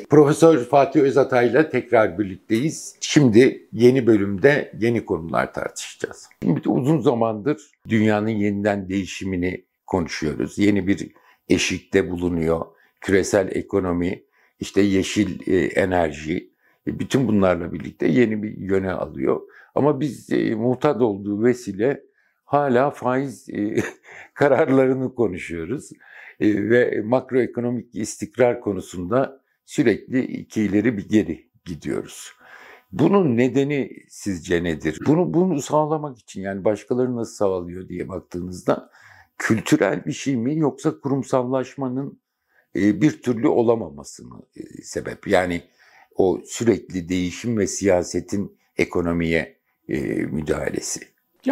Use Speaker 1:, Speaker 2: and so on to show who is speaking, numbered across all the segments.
Speaker 1: Profesör Fatih Özatay'la tekrar birlikteyiz. Şimdi yeni bölümde yeni konular tartışacağız. Şimdi uzun zamandır dünyanın yeniden değişimini konuşuyoruz. Yeni bir eşikte bulunuyor. Küresel ekonomi, işte yeşil enerji, bütün bunlarla birlikte yeni bir yöne alıyor. Ama biz muhtat olduğu vesile hala faiz kararlarını konuşuyoruz. Ve makroekonomik istikrar konusunda sürekli iki ileri bir geri gidiyoruz. Bunun nedeni sizce nedir? Bunu sağlamak için, yani başkaları nasıl sağlıyor diye baktığınızda kültürel bir şey mi, yoksa kurumsallaşmanın bir türlü olamaması mı sebep? Yani o sürekli değişim ve siyasetin ekonomiye müdahalesi.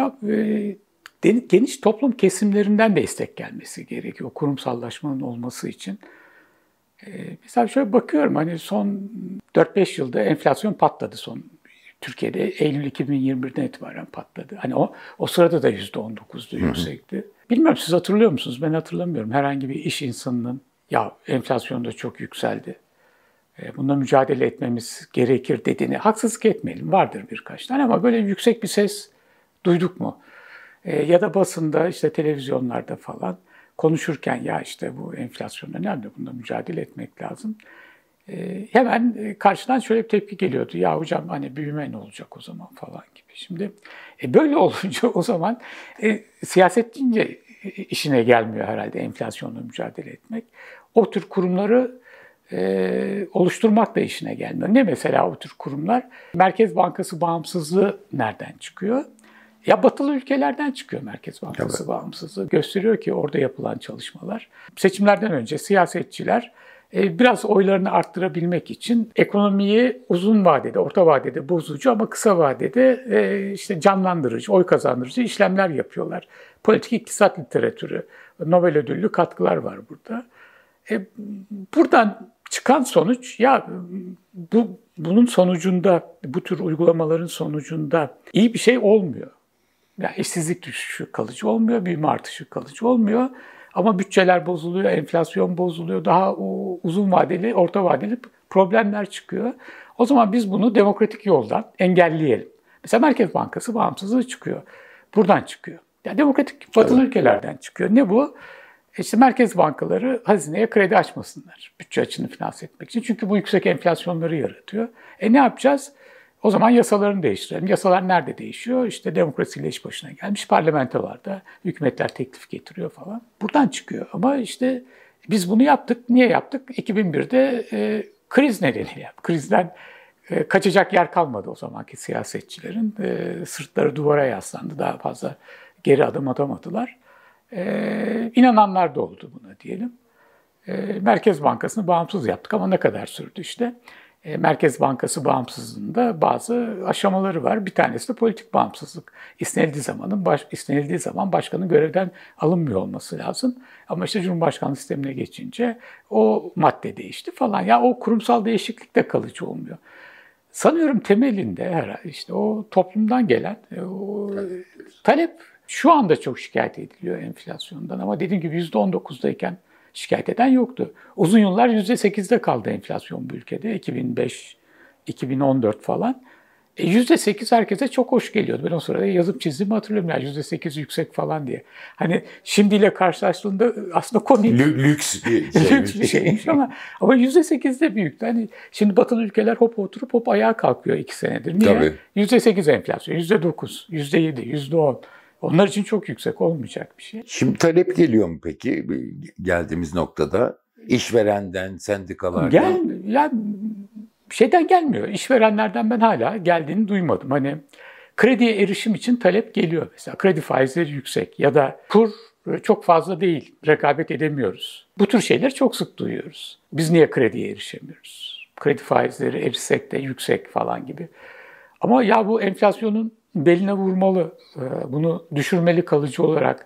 Speaker 2: Geniş toplum kesimlerinden destek gelmesi gerekiyor kurumsallaşmanın olması için. Mesela şöyle bakıyorum, hani son 4-5 yılda enflasyon patladı Türkiye'de Eylül 2021'den itibaren patladı. Hani o sırada da %19'du yüksekti. Bilmiyorum, siz hatırlıyor musunuz? Ben hatırlamıyorum. Herhangi bir iş insanının ya enflasyon da çok yükseldi, bununla mücadele etmemiz gerekir dediğini, haksızlık etmeyelim, vardır birkaç tane, ama böyle yüksek bir ses duyduk mu? Ya da basında, işte televizyonlarda falan konuşurken ya işte bu enflasyonda nerede, bununla mücadele etmek lazım. Hemen karşıdan şöyle bir tepki geliyordu. Ya hocam hani büyüme ne olacak o zaman falan gibi. Şimdi böyle olunca o zaman siyaset deyince işine gelmiyor herhalde enflasyonla mücadele etmek. O tür kurumları oluşturmak da işine gelmiyor. Ne mesela o tür kurumlar? Merkez Bankası bağımsızlığı nereden çıkıyor? Ya batılı ülkelerden çıkıyor Merkez Bankası bağımsızlığı. Gösteriyor ki orada yapılan çalışmalar. Seçimlerden önce siyasetçiler biraz oylarını arttırabilmek için ekonomiyi uzun vadede, orta vadede bozucu ama kısa vadede işte canlandırıcı, oy kazandırıcı işlemler yapıyorlar. Politik iktisat literatürü, Nobel ödüllü katkılar var burada. Buradan çıkan sonuç, ya bunun sonucunda, bu tür uygulamaların sonucunda iyi bir şey olmuyor. Yani işsizlik düşüşü kalıcı olmuyor, büyüme artışı kalıcı olmuyor. Ama bütçeler bozuluyor, enflasyon bozuluyor, daha uzun vadeli, orta vadeli problemler çıkıyor. O zaman biz bunu demokratik yoldan engelleyelim. Mesela Merkez Bankası bağımsızlığı çıkıyor. Buradan çıkıyor. Yani demokratik batılı ülkelerden çıkıyor. Ne bu? İşte merkez bankaları hazineye kredi açmasınlar bütçe açığını finanse etmek için. Çünkü bu yüksek enflasyonları yaratıyor. Ne yapacağız? O zaman yasalarını değiştirelim. Yasalar nerede değişiyor? İşte demokrasiyle iş başına gelmiş parlamentolarda hükümetler teklif getiriyor falan. Buradan çıkıyor. Ama işte biz bunu yaptık. Niye yaptık? 2001'de kriz nedeniyle yaptık. Krizden kaçacak yer kalmadı o zamanki siyasetçilerin. Sırtları duvara yaslandı. Daha fazla geri adım atamadılar. İnananlar da oldu buna diyelim. Merkez Bankası'nı bağımsız yaptık ama ne kadar sürdü işte. Merkez Bankası bağımsızlığında bazı aşamaları var. Bir tanesi de politik bağımsızlık. İstenildiği zaman başkanın görevden alınmıyor olması lazım. Ama işte Cumhurbaşkanlığı sistemine geçince o madde değişti falan. Ya o kurumsal değişiklik de kalıcı olmuyor. Sanıyorum temelinde herhalde işte o toplumdan gelen o talep. Şu anda çok şikayet ediliyor enflasyondan ama dediğim gibi %19'dayken şikayet eden yoktu. Uzun yıllar %8'de kaldı enflasyon bu ülkede. 2005, 2014 falan. %8 herkese çok hoş geliyordu. Ben o sırada yazıp çizdiğimi hatırlıyorum. Yani %8 yüksek falan diye. Hani şimdiyle karşılaştığında aslında komik.
Speaker 1: Lüks bir şey.
Speaker 2: Lüks bir şeymiş ama %8'de büyüktü. Hani şimdi batılı ülkeler hop oturup hop ayağa kalkıyor 2 senedir. Niye?
Speaker 1: Tabii.
Speaker 2: %8 enflasyon, %9, %7, %10. Onlar için çok yüksek olmayacak bir şey.
Speaker 1: Şimdi talep geliyor mu peki geldiğimiz noktada? İşverenden, sendikalardan?
Speaker 2: Yani şeyden gelmiyor. İşverenlerden ben hala geldiğini duymadım. Hani krediye erişim için talep geliyor mesela. Kredi faizleri yüksek ya da kur çok fazla değil, rekabet edemiyoruz. Bu tür şeyleri çok sık duyuyoruz. Biz niye krediye erişemiyoruz? Kredi faizleri erisek de yüksek falan gibi. Ama ya bu enflasyonun beline vurmalı, bunu düşürmeli kalıcı olarak.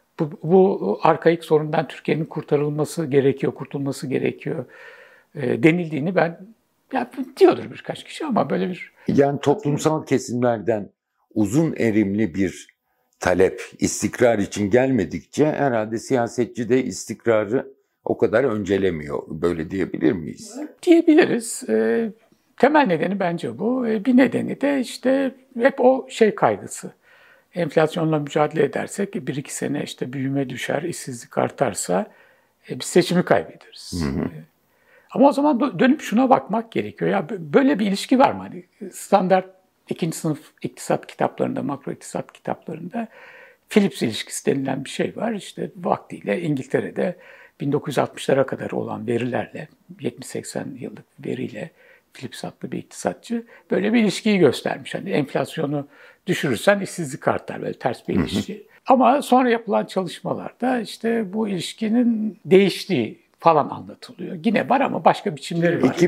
Speaker 2: Bu arkaik sorundan Türkiye'nin kurtulması gerekiyor denildiğini ben, ya diyordur birkaç kişi ama böyle bir...
Speaker 1: Yani toplumsal kesimlerden uzun erimli bir talep, istikrar için gelmedikçe herhalde siyasetçi de istikrarı o kadar öncelemiyor. Böyle diyebilir miyiz?
Speaker 2: Diyebiliriz. Temel nedeni bence bu. Bir nedeni de işte hep o şey kaygısı. Enflasyonla mücadele edersek 1-2 sene işte büyüme düşer, işsizlik artarsa biz seçimi kaybederiz. Ama o zaman dönüp şuna bakmak gerekiyor. Ya böyle bir ilişki var mı? Hani standart 2. sınıf iktisat kitaplarında, makro iktisat kitaplarında Phillips ilişkisi denilen bir şey var. İşte vaktiyle İngiltere'de 1960'lara kadar olan verilerle, 70-80 yıllık veriyle Phillips adlı bir iktisatçı böyle bir ilişkiyi göstermiş. Hani enflasyonu düşürürsen işsizlik artar, böyle ters bir ilişki. Ama sonra yapılan çalışmalarda işte bu ilişkinin değiştiği falan anlatılıyor. Yine var ama başka biçimleri var.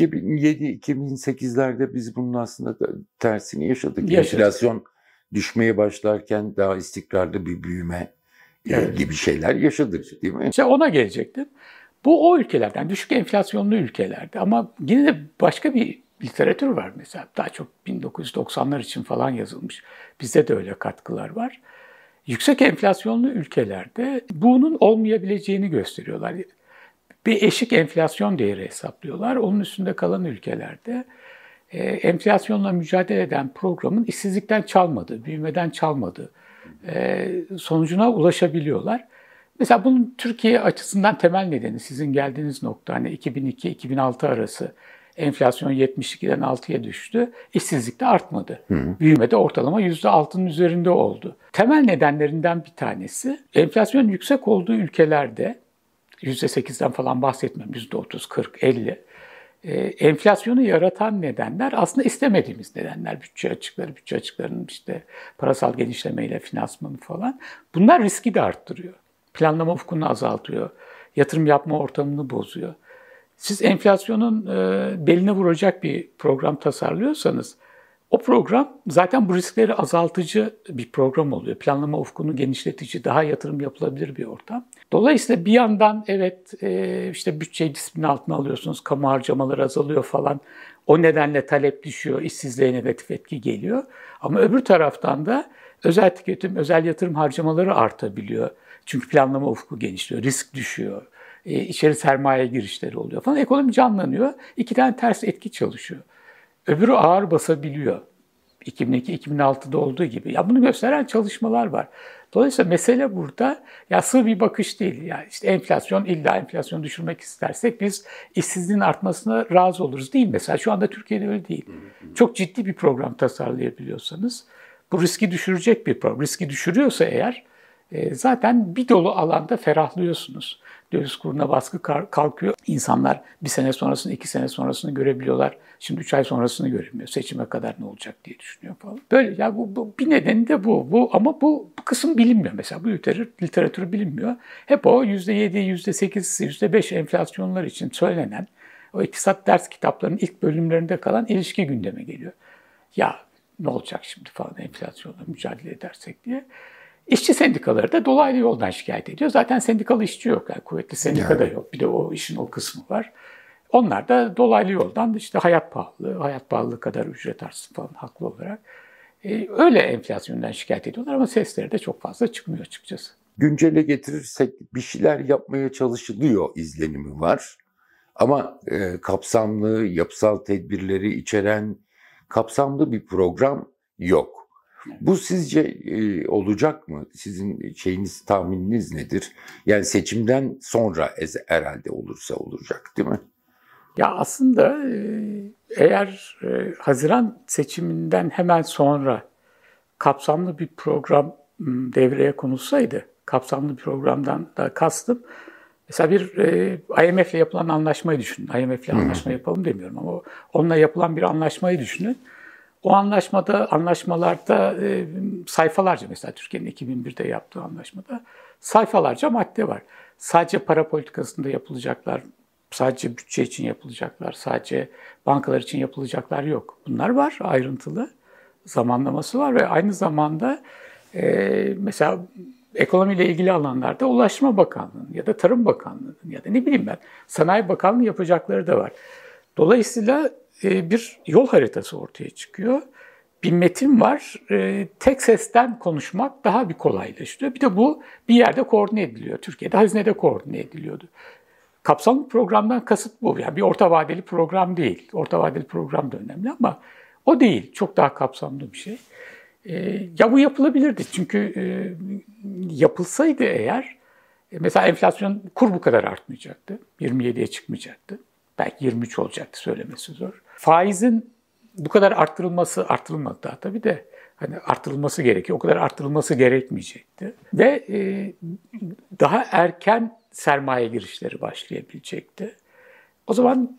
Speaker 1: 2007-2008'lerde biz bunun aslında tersini yaşadık. Enflasyon düşmeye başlarken daha istikrarlı bir büyüme gibi şeyler yaşadık, değil mi?
Speaker 2: İşte ona gelecektim. Bu o ülkelerden, düşük enflasyonlu ülkelerde ama yine de başka bir literatür var mesela. Daha çok 1990'lar için falan yazılmış. Bizde de öyle katkılar var. Yüksek enflasyonlu ülkelerde bunun olmayabileceğini gösteriyorlar. Bir eşik enflasyon değeri hesaplıyorlar. Onun üstünde kalan ülkelerde enflasyonla mücadele eden programın işsizlikten çalmadığı, büyümeden çalmadığı sonucuna ulaşabiliyorlar. Mesela bunun Türkiye açısından temel nedeni sizin geldiğiniz nokta, hani 2002-2006 arası enflasyon 72'den 6'ya düştü, işsizlik de artmadı. Büyüme de ortalama %6'nın üzerinde oldu. Temel nedenlerinden bir tanesi enflasyon yüksek olduğu ülkelerde, %8'den falan bahsetmem, %30, 40, 50. Enflasyonu yaratan nedenler aslında istemediğimiz nedenler. Bütçe açıklarının işte parasal genişlemeyle finansmanı falan. Bunlar riski de arttırıyor. Planlama ufkunu azaltıyor. Yatırım yapma ortamını bozuyor. Siz enflasyonun beline vuracak bir program tasarlıyorsanız o program zaten bu riskleri azaltıcı bir program oluyor. Planlama ufkunu genişletici, daha yatırım yapılabilir bir ortam. Dolayısıyla bir yandan evet işte bütçeyi disiplin altına alıyorsunuz, kamu harcamaları azalıyor falan. O nedenle talep düşüyor, işsizliğe negatif etki geliyor. Ama öbür taraftan da özel tüketim, özel yatırım harcamaları artabiliyor. Çünkü planlama ufku genişliyor, risk düşüyor. İçeri sermaye girişleri oluyor falan. Ekonomi canlanıyor. İki tane ters etki çalışıyor. Öbürü ağır basabiliyor. 2002-2006'da olduğu gibi. Ya bunu gösteren çalışmalar var. Dolayısıyla mesele burada ya sığ bir bakış değil. Yani işte illa enflasyonu düşürmek istersek biz işsizliğin artmasına razı oluruz değil. Mesela şu anda Türkiye'de öyle değil. Çok ciddi bir program tasarlayabiliyorsanız bu riski düşürecek bir program. Riski düşürüyorsa eğer zaten bir dolu alanda ferahlıyorsunuz. Döviz kuruna baskı kalkıyor. İnsanlar bir sene sonrasını, 2 sene sonrasını görebiliyorlar. Şimdi 3 ay sonrasını göremiyor. Seçime kadar ne olacak diye düşünüyor falan. Böyle ya bu bir nedeni de bu. Ama bu kısım bilinmiyor mesela. Bu literatürü bilinmiyor. Hep o %7, %8, %5 enflasyonlar için söylenen o iktisat ders kitaplarının ilk bölümlerinde kalan ilişki gündeme geliyor. Ya ne olacak şimdi falan enflasyonla mücadele edersek diye. İşçi sendikaları da dolaylı yoldan şikayet ediyor. Zaten sendikalı işçi yok. Yani kuvvetli sendika da yok. Bir de o işin o kısmı var. Onlar da dolaylı yoldan işte hayat pahalılığı kadar ücret artsın falan haklı olarak. Öyle enflasyondan şikayet ediyorlar ama sesleri de çok fazla çıkmıyor açıkçası.
Speaker 1: Güncele getirirsek bir şeyler yapmaya çalışılıyor izlenimi var. Ama kapsamlı, yapısal tedbirleri içeren kapsamlı bir program yok. Bu sizce olacak mı? Sizin tahmininiz nedir? Yani seçimden sonra herhalde olursa olacak, değil mi?
Speaker 2: Ya aslında eğer Haziran seçiminden hemen sonra kapsamlı bir program devreye konulsaydı, kapsamlı bir programdan da kastım, mesela bir IMF'le yapılan anlaşmayı düşünün. IMF'le anlaşma yapalım demiyorum ama onunla yapılan bir anlaşmayı düşünün. O anlaşmalarda sayfalarca, mesela Türkiye'nin 2001'de yaptığı anlaşmada sayfalarca madde var. Sadece para politikasında yapılacaklar, sadece bütçe için yapılacaklar, sadece bankalar için yapılacaklar yok. Bunlar var, ayrıntılı zamanlaması var ve aynı zamanda mesela ekonomiyle ilgili alanlarda Ulaştırma Bakanlığı'nın ya da Tarım Bakanlığı'nın ya da ne bileyim ben Sanayi Bakanlığı yapacakları da var. Dolayısıyla bir yol haritası ortaya çıkıyor. Bir metin var. Tek sesten konuşmak daha bir kolaylaşıyor. Bir de bu bir yerde koordine ediliyor. Türkiye'de hazinede koordine ediliyordu. Kapsamlı programdan kasıt bu. Yani bir orta vadeli program değil. Orta vadeli program da önemli ama o değil. Çok daha kapsamlı bir şey. Ya bu yapılabilirdi. Çünkü yapılsaydı eğer mesela enflasyon kur bu kadar artmayacaktı. 27'ye çıkmayacaktı. Belki 23 olacaktı, söylemesi zor. Faizin bu kadar arttırılmadı daha tabii de hani arttırılması gerekiyor. O kadar arttırılması gerekmeyecekti. Ve daha erken sermaye girişleri başlayabilecekti. O zaman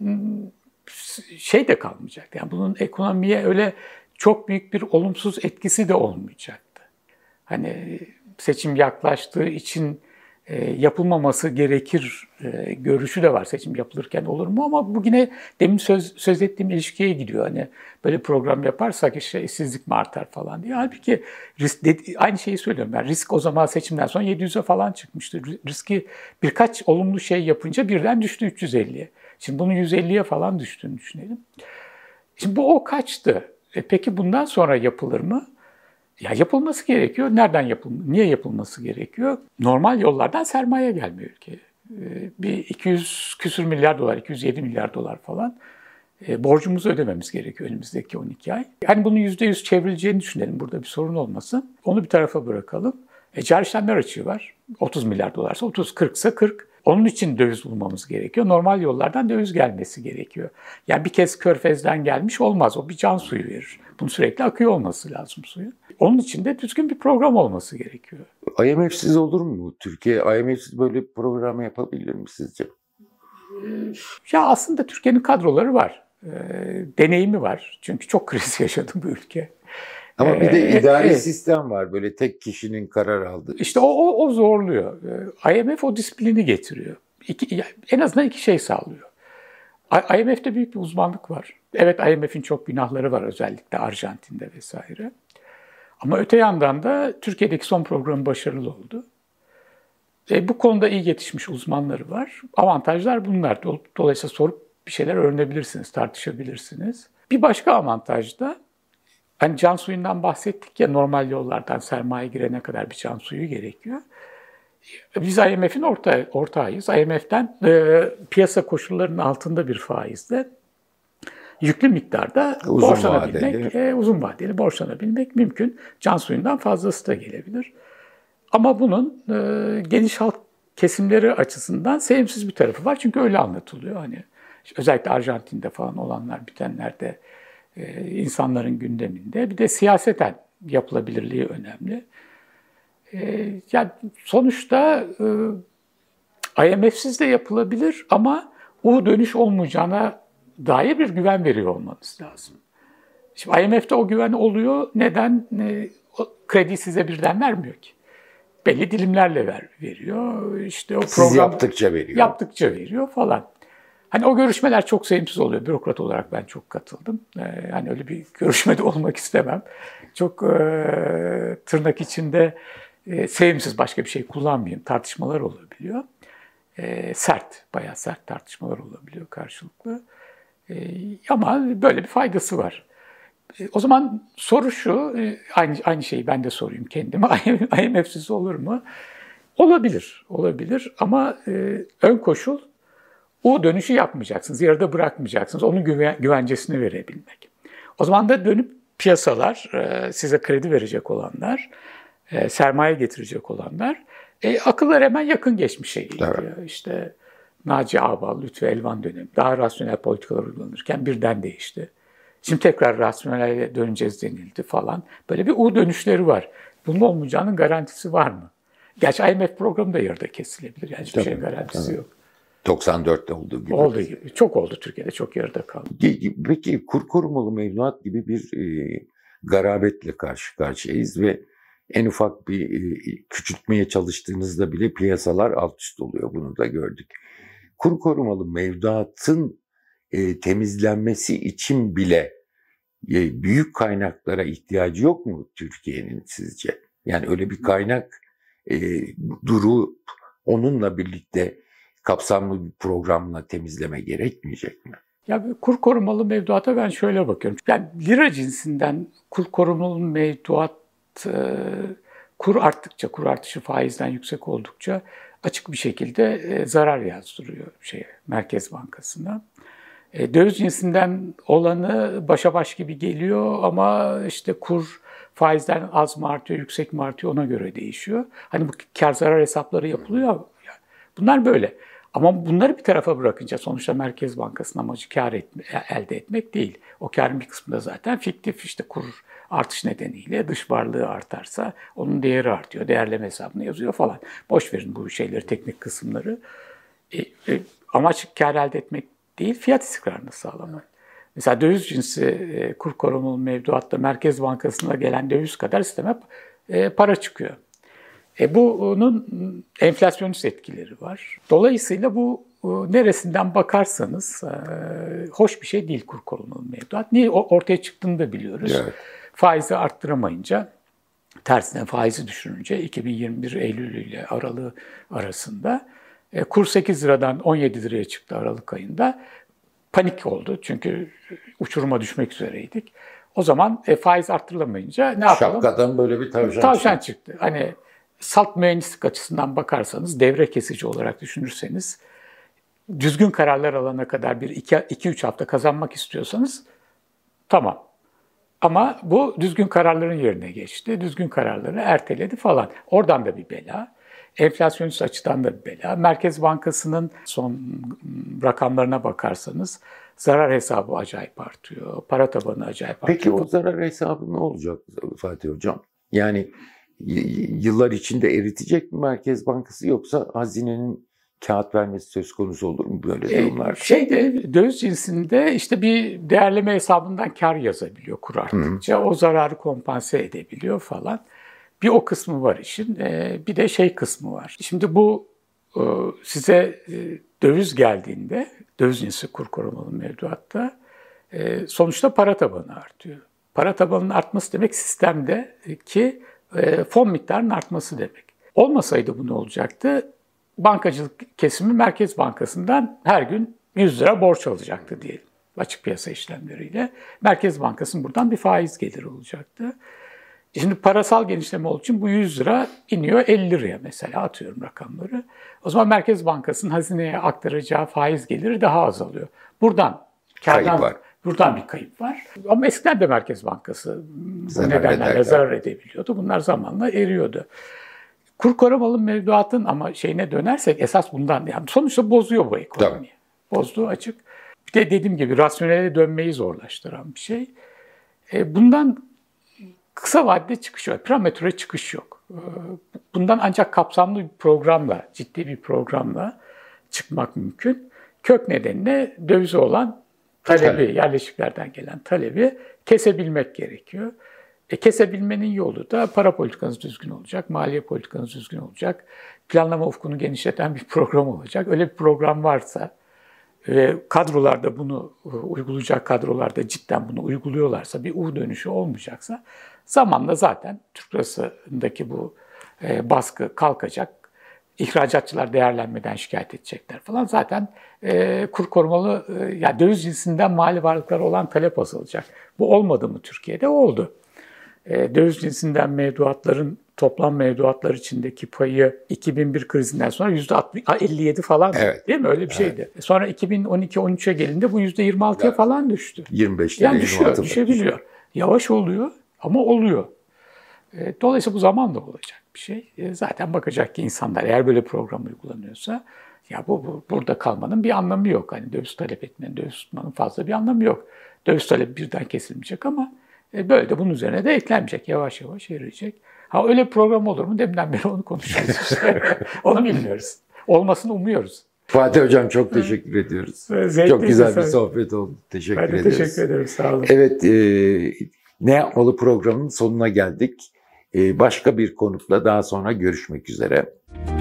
Speaker 2: şey de kalmayacaktı. Yani bunun ekonomiye öyle çok büyük bir olumsuz etkisi de olmayacaktı. Hani seçim yaklaştığı için yapılmaması gerekir görüşü de var, seçim yapılırken olur mu, ama bu yine demin söz ettiğim ilişkiye gidiyor. Hani böyle program yaparsak işte işsizlik mi artar falan diye. Halbuki aynı şeyi söylüyorum ben. Risk o zaman seçimden sonra 700'e falan çıkmıştı. Riski birkaç olumlu şey yapınca birden düştü 350'ye. Şimdi bunun 150'ye falan düştüğünü düşünelim. Şimdi bu kaçtı. Peki bundan sonra yapılır mı? Ya yapılması gerekiyor. Nereden niye yapılması gerekiyor? Normal yollardan sermaye gelmiyor ülkeye. Bir 200 küsür milyar dolar, 207 milyar dolar falan borcumuzu ödememiz gerekiyor önümüzdeki 12 ay. Yani bunun %100 çevrileceğini düşünelim. Burada bir sorun olmasın. Onu bir tarafa bırakalım. Cari işlemler açığı var. 30 milyar dolarsa 30, 40 ise 40. Onun için döviz bulmamız gerekiyor. Normal yollardan döviz gelmesi gerekiyor. Yani bir kez Körfez'den gelmiş olmaz. O bir can suyu verir. Bunun sürekli akıyor olması lazım suyun. Onun için de düzgün bir program olması gerekiyor.
Speaker 1: IMF'siz olur mu Türkiye? IMF'siz böyle bir program yapabilir mi sizce?
Speaker 2: Ya aslında Türkiye'nin kadroları var. Deneyimi var. Çünkü çok kriz yaşadı bu ülke.
Speaker 1: Ama bir de idari sistem var. Böyle tek kişinin karar aldığı.
Speaker 2: İşte o zorluyor. IMF o disiplini getiriyor. En azından iki şey sağlıyor. IMF'de büyük bir uzmanlık var. Evet, IMF'in çok günahları var, özellikle Arjantin'de vesaire. Ama öte yandan da Türkiye'deki son programı başarılı oldu. Bu konuda iyi yetişmiş uzmanları var. Avantajlar bunlar. Dolayısıyla sorup bir şeyler öğrenebilirsiniz, tartışabilirsiniz. Bir başka avantaj da, hani can suyundan bahsettik ya, normal yollardan sermaye girene kadar bir can suyu gerekiyor. Biz IMF'in ortağıyız. IMF'den piyasa koşullarının altında bir faizle yüklü miktarda borçlanabilmek, uzun vadeli borçlanabilmek mümkün. Can suyundan fazlası da gelebilir. Ama bunun geniş halk kesimleri açısından sevimsiz bir tarafı var. Çünkü öyle anlatılıyor. Hani özellikle Arjantin'de falan olanlar, bitenlerde insanların gündeminde. Bir de siyaseten yapılabilirliği önemli. Yani sonuçta IMF'siz de yapılabilir ama o dönüş olmayacağına dair bir güven veriyor olmanız lazım. Şimdi IMF'de o güven oluyor. Neden? O krediyi size birden vermiyor ki. Belli dilimlerle veriyor. İşte o program
Speaker 1: siz yaptıkça veriyor.
Speaker 2: Yaptıkça veriyor falan. Hani o görüşmeler çok sevimsiz oluyor. Bürokrat olarak ben çok katıldım. Hani öyle bir görüşmede olmak istemem. Çok tırnak içinde sevimsiz, başka bir şey kullanmayayım, tartışmalar olabiliyor. Bayağı sert tartışmalar olabiliyor karşılıklı. Ama böyle bir faydası var. O zaman soru şu, aynı şeyi ben de sorayım kendime. IMF'siz olur mu? Olabilir ama ön koşul, o dönüşü yapmayacaksınız, yarıda bırakmayacaksınız. Onun güvencesini verebilmek. O zaman da dönüp piyasalar, size kredi verecek olanlar, sermaye getirecek olanlar, akıllar hemen yakın geçmişe gidiyor. Evet. İşte Naci Ağbal, Lütfü Elvan dönemi, daha rasyonel politikalar uygulanırken birden değişti. Şimdi tekrar rasyonele döneceğiz denildi falan. Böyle bir dönüşleri var. Bunun olmayacağının garantisi var mı? Gerçi IMF programı da yarıda kesilebilir. Yani hiçbir şeyin garantisi yok.
Speaker 1: 94'te olduğu gibi.
Speaker 2: Olduğu gibi. Çok oldu Türkiye'de, çok yarıda kaldı.
Speaker 1: Peki kur korumalı mevduat gibi bir garabetle karşı karşıyayız ve en ufak bir küçültmeye çalıştığınızda bile piyasalar alt üst oluyor. Bunu da gördük. Kur korumalı mevduatın temizlenmesi için bile büyük kaynaklara ihtiyacı yok mu Türkiye'nin sizce? Yani öyle bir kaynak durup onunla birlikte kapsamlı bir programla temizleme gerekmeyecek mi?
Speaker 2: Ya kur korumalı mevduata ben şöyle bakıyorum. Yani lira cinsinden kur korumalı mevduat Kur arttıkça, kur artışı faizden yüksek oldukça açık bir şekilde zarar yazdırıyor Merkez Bankası'na. Döviz cinsinden olanı başa baş gibi geliyor ama işte kur faizden az mı artıyor, yüksek mi artıyor ona göre değişiyor. Hani bu kar zarar hesapları yapılıyor. Bunlar böyle. Ama bunları bir tarafa bırakınca sonuçta Merkez Bankası'nın amacı kar elde etmek değil. O karın bir kısmı da zaten fiktif, işte kur artış nedeniyle dış varlığı artarsa onun değeri artıyor. Değerleme hesabını yazıyor falan. Boş verin bu şeyleri, teknik kısımları. Amaç kar elde etmek değil, fiyat istikrarını sağlamak. Mesela döviz cinsi kur korumalı mevduatta Merkez Bankası'na gelen döviz kadar sisteme para çıkıyor. Bunun enflasyonist etkileri var. Dolayısıyla bu neresinden bakarsanız hoş bir şey değil kur korumalı mevduat. Niye ortaya çıktığını da biliyoruz. Evet. Faizi arttıramayınca, tersine faizi düşürünce 2021 Eylül ile Aralık arasında kur 8 liradan 17 liraya çıktı Aralık ayında. Panik oldu çünkü uçuruma düşmek üzereydik. O zaman faiz arttırılamayınca ne yapalım?
Speaker 1: Şapkadan böyle bir
Speaker 2: tavşan çıktı. Hani salt mühendislik açısından bakarsanız, devre kesici olarak düşünürseniz, düzgün kararlar alana kadar 2-3 hafta kazanmak istiyorsanız tamam. Ama bu düzgün kararların yerine geçti. Düzgün kararları erteledi falan. Oradan da bir bela. Enflasyonist açıdan da bir bela. Merkez Bankası'nın son rakamlarına bakarsanız zarar hesabı acayip artıyor. Para tabanı acayip artıyor.
Speaker 1: Peki o zarar hesabı ne olacak Fatih Hocam? Yani yıllar içinde eritecek mi Merkez Bankası, yoksa hazinenin kağıt vermesi söz konusu olur mu böyle durumlar?
Speaker 2: Döviz cinsinde işte bir değerleme hesabından kar yazabiliyor kur arttıkça. O zararı kompanse edebiliyor falan. Bir o kısmı var işin. Bir de kısmı var. Şimdi bu size döviz geldiğinde, döviz cinsi kur korumalı mevduatta sonuçta para tabanı artıyor. Para tabanının artması demek sistemdeki fon miktarının artması demek. Olmasaydı bu ne olacaktı? Bankacılık kesimi Merkez Bankası'ndan her gün 100 lira borç alacaktı diyelim. Açık piyasa işlemleriyle. Merkez Bankası'nın buradan bir faiz geliri olacaktı. Şimdi parasal genişleme olduğu için bu 100 lira iniyor 50 liraya mesela, atıyorum rakamları. O zaman Merkez Bankası'nın hazineye aktaracağı faiz geliri daha azalıyor. Buradan
Speaker 1: kayıp var.
Speaker 2: Buradan bir kayıp var. Ama eskiden de Merkez Bankası bu nedenlerle zarar edebiliyordu. Bunlar zamanla eriyordu. Kur korumalı mevduatın ama şeyine dönersek esas bundan, yani sonuçta bozuyor bu ekonomiyi. Tabii. Bozduğu açık. Bir de dediğim gibi rasyonele dönmeyi zorlaştıran bir şey. Bundan kısa vadede çıkış yok. Prematüre çıkış yok. Bundan ancak kapsamlı bir programla, ciddi bir programla çıkmak mümkün. Kök nedeniyle dövize olan talebi, yerleşiklerden gelen talebi kesebilmek gerekiyor. Kesebilmenin yolu da para politikanız düzgün olacak, maliye politikanız düzgün olacak, planlama ufkunu genişleten bir program olacak. Öyle bir program varsa ve kadrolarda bunu uygulayacak, kadrolarda cidden bunu uyguluyorlarsa, bir U dönüşü olmayacaksa zamanla zaten Türk lirasındaki bu baskı kalkacak. İhracatçılar değerlenmeden şikayet edecekler falan. Zaten kur korumalı, yani döviz cinsinden mali varlıklara olan talep azalacak. Bu olmadı mı Türkiye'de? Oldu. Döviz cinsinden mevduatların, toplam mevduatlar içindeki payı 2001 krizinden sonra %57 falan, evet, değil mi? Öyle bir şeydi. Evet. Sonra 2012-13'e gelince bu %26'ya falan düştü.
Speaker 1: 25'te
Speaker 2: yani düşebiliyor. Yavaş oluyor ama oluyor. Dolayısıyla bu zamanla olacak bir şey. Zaten bakacak ki insanlar, eğer böyle program uygulanıyorsa, ya burada kalmanın bir anlamı yok. Hani döviz talep etmenin, döviz tutmanın fazla bir anlamı yok. Döviz talebi birden kesilmeyecek ama böyle de bunun üzerine de eklenmeyecek. Yavaş yavaş eriyecek. Ha öyle bir program olur mu? Deminden beri onu konuşuyoruz. Onu bilmiyoruz. Olmasını umuyoruz.
Speaker 1: Fatih Hocam çok teşekkür ediyoruz.
Speaker 2: Zevkli,
Speaker 1: çok güzel bir sohbet oldu. Teşekkür ederiz.
Speaker 2: Ben de teşekkür ederim. Sağ olun.
Speaker 1: Evet, Ne Yapmalı programının sonuna geldik. Başka bir konukla daha sonra görüşmek üzere.